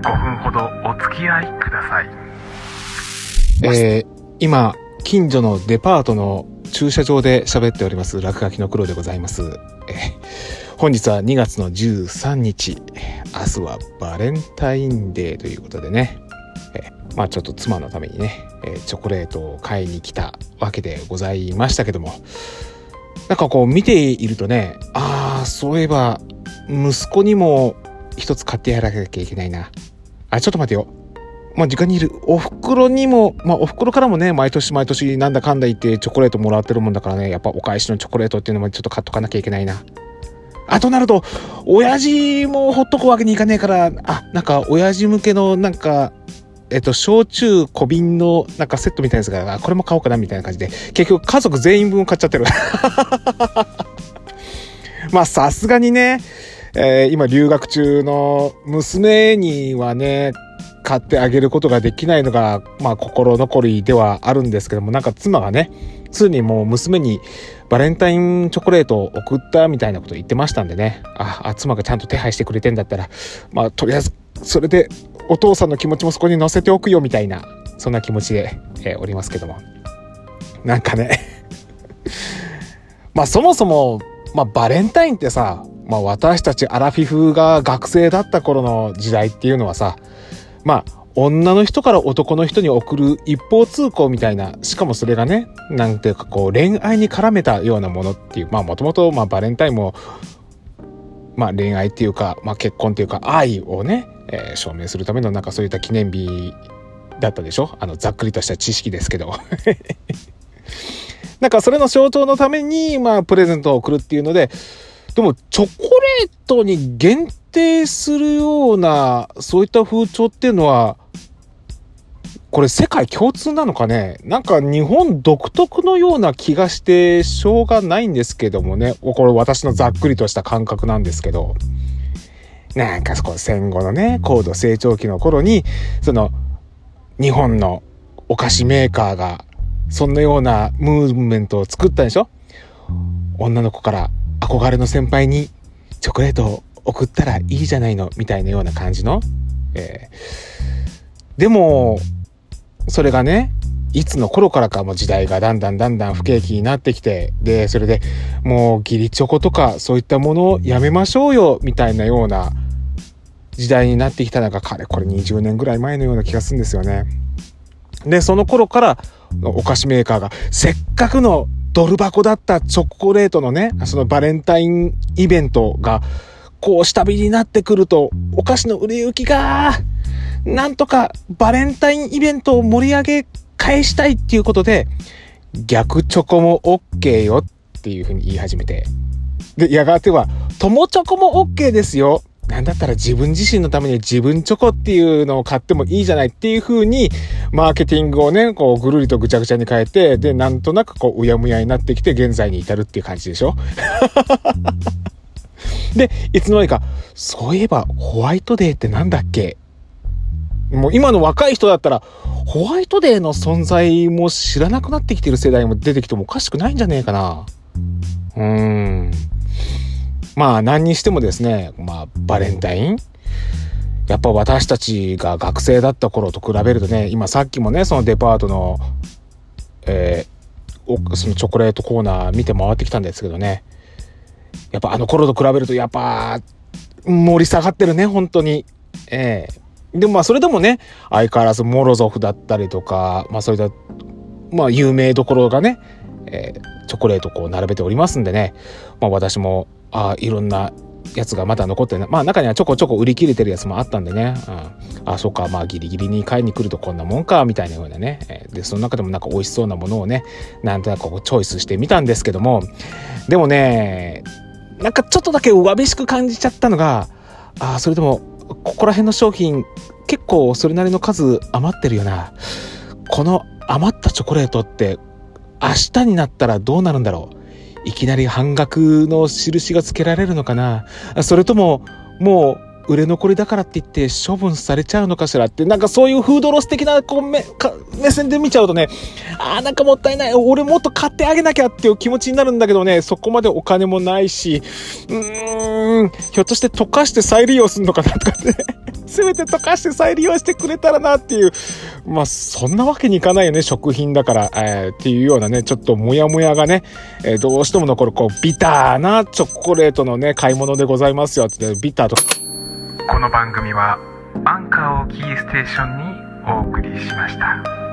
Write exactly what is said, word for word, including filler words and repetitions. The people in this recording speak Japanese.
ごふんほどお付き合いください。 えー、今近所のデパートの駐車場で喋っております落書きの黒でございます。えー、本日はにがつのじゅうさんにち、明日はバレンタインデーということでね、えー、まあちょっと妻のためにね、えー、チョコレートを買いに来たわけでございましたけども、なんかこう見ているとね、ああそういえば息子にも一つ買ってやらなきゃいけないな。あ、ちょっと待てよ。まあ、時間にいるお袋にも、まあ、お袋からもね、毎年毎年なんだかんだ言ってチョコレートもらってるもんだからね、やっぱお返しのチョコレートっていうのもちょっと買っとかなきゃいけないな。あとなると、親父もほっとくわけにいかねえから、あ、なんか親父向けのなんか、えっと、焼酎小瓶のなんかセットみたいなやつが、これも買おうかなみたいな感じで、結局家族全員分買っちゃってる。まあ、さすがにね、えー、今留学中の娘にはね、買ってあげることができないのが、まあ心残りではあるんですけども、なんか妻がね、ついにもう娘にバレンタインチョコレートを送ったみたいなこと言ってましたんでね、あ、あ妻がちゃんと手配してくれてんだったら、まあとりあえずそれでお父さんの気持ちもそこに乗せておくよみたいな、そんな気持ちで、えー、おりますけども。なんかね、まあそもそも、まあバレンタインってさ、まあ私たちアラフィフが学生だった頃の時代っていうのはさ、まあ女の人から男の人に送る一方通行みたいな、しかもそれがね、なんていうかこう恋愛に絡めたようなものっていう、まあもともとまあバレンタインもまあ恋愛っていうか、まあ結婚っていうか愛をね、えー、証明するためのなんかそういった記念日だったでしょ。あのざっくりとした知識ですけど。なんかそれの象徴のためにまあプレゼントを送るっていうので、でもチョコレートに限定するようなそういった風潮っていうのはこれ世界共通なのかね。なんか日本独特のような気がしてしょうがないんですけどもね。これ私のざっくりとした感覚なんですけど、なんかこう戦後のね高度成長期の頃にその日本のお菓子メーカーがそんなようなムーブメントを作ったでしょ。女の子から憧れの先輩にチョコレートを送ったらいいじゃないのみたいなような感じの、えー、でもそれがねいつの頃からかもう時代がだんだんだんだん不景気になってきて、でそれでもう義理チョコとかそういったものをやめましょうよみたいなような時代になってきたのがかれこれにじゅうねんぐらい前のような気がするんですよね。でその頃からお菓子メーカーがせっかくのドル箱だったチョコレートのね、そのバレンタインイベントがこう下火になってくると、お菓子の売れ行きがなんとかバレンタインイベントを盛り上げ返したいっていうことで、逆チョコも OK よっていうふうに言い始めて、でやがては友チョコも OK ですよ、なんだったら自分自身のために自分チョコっていうのを買ってもいいじゃないっていう風にマーケティングをねこうぐるりとぐちゃぐちゃに変えて、でなんとなくこううやむやになってきて現在に至るっていう感じでしょ。でいつの間にかそういえばホワイトデーってなんだっけ、もう今の若い人だったらホワイトデーの存在も知らなくなってきてる世代も出てきてもおかしくないんじゃねえかな。うーんまあ何にしてもですね、まあバレンタインやっぱ私たちが学生だった頃と比べるとね、今さっきもねそのデパートの、えー、そのチョコレートコーナー見て回ってきたんですけどね、やっぱあの頃と比べるとやっぱ盛り下がってるね本当に。えー、でもまあそれでもね相変わらずモロゾフだったりとか、まあそういったまあ有名どころがね、えー、チョコレートこう並べておりますんでね、まあ私もあいろんなやつがまだ残ってる、まあ中にはちょこちょこ売り切れてるやつもあったんでね、うん、あそうかまあギリギリに買いに来るとこんなもんかみたいなようなね、えー、でその中でもなんか美味しそうなものをねなんとなくこうチョイスしてみたんですけども、でもねなんかちょっとだけわびしく感じちゃったのが、あそれでもここら辺の商品結構それなりの数余ってるよな、この余ったチョコレートって明日になったらどうなるんだろう、いきなり半額の印がつけられるのかな、それとももう売れ残りだからって言って処分されちゃうのかしらって、なんかそういうフードロス的なこう 目, か目線で見ちゃうとね、あーなんかもったいない、俺もっと買ってあげなきゃっていう気持ちになるんだけどね、そこまでお金もないし、うーんひょっとして溶かして再利用するのかなとかねせめて溶かして再利用してくれたらなっていう。まあ、そんなわけにいかないよね、食品だから、えー、っていうようなね、ちょっともやもやがね、えー、どうしても残る、こう、ビターなチョコレートのね、買い物でございますよって、ビターと。 この番組は、アンカーをキーステーションにお送りしました。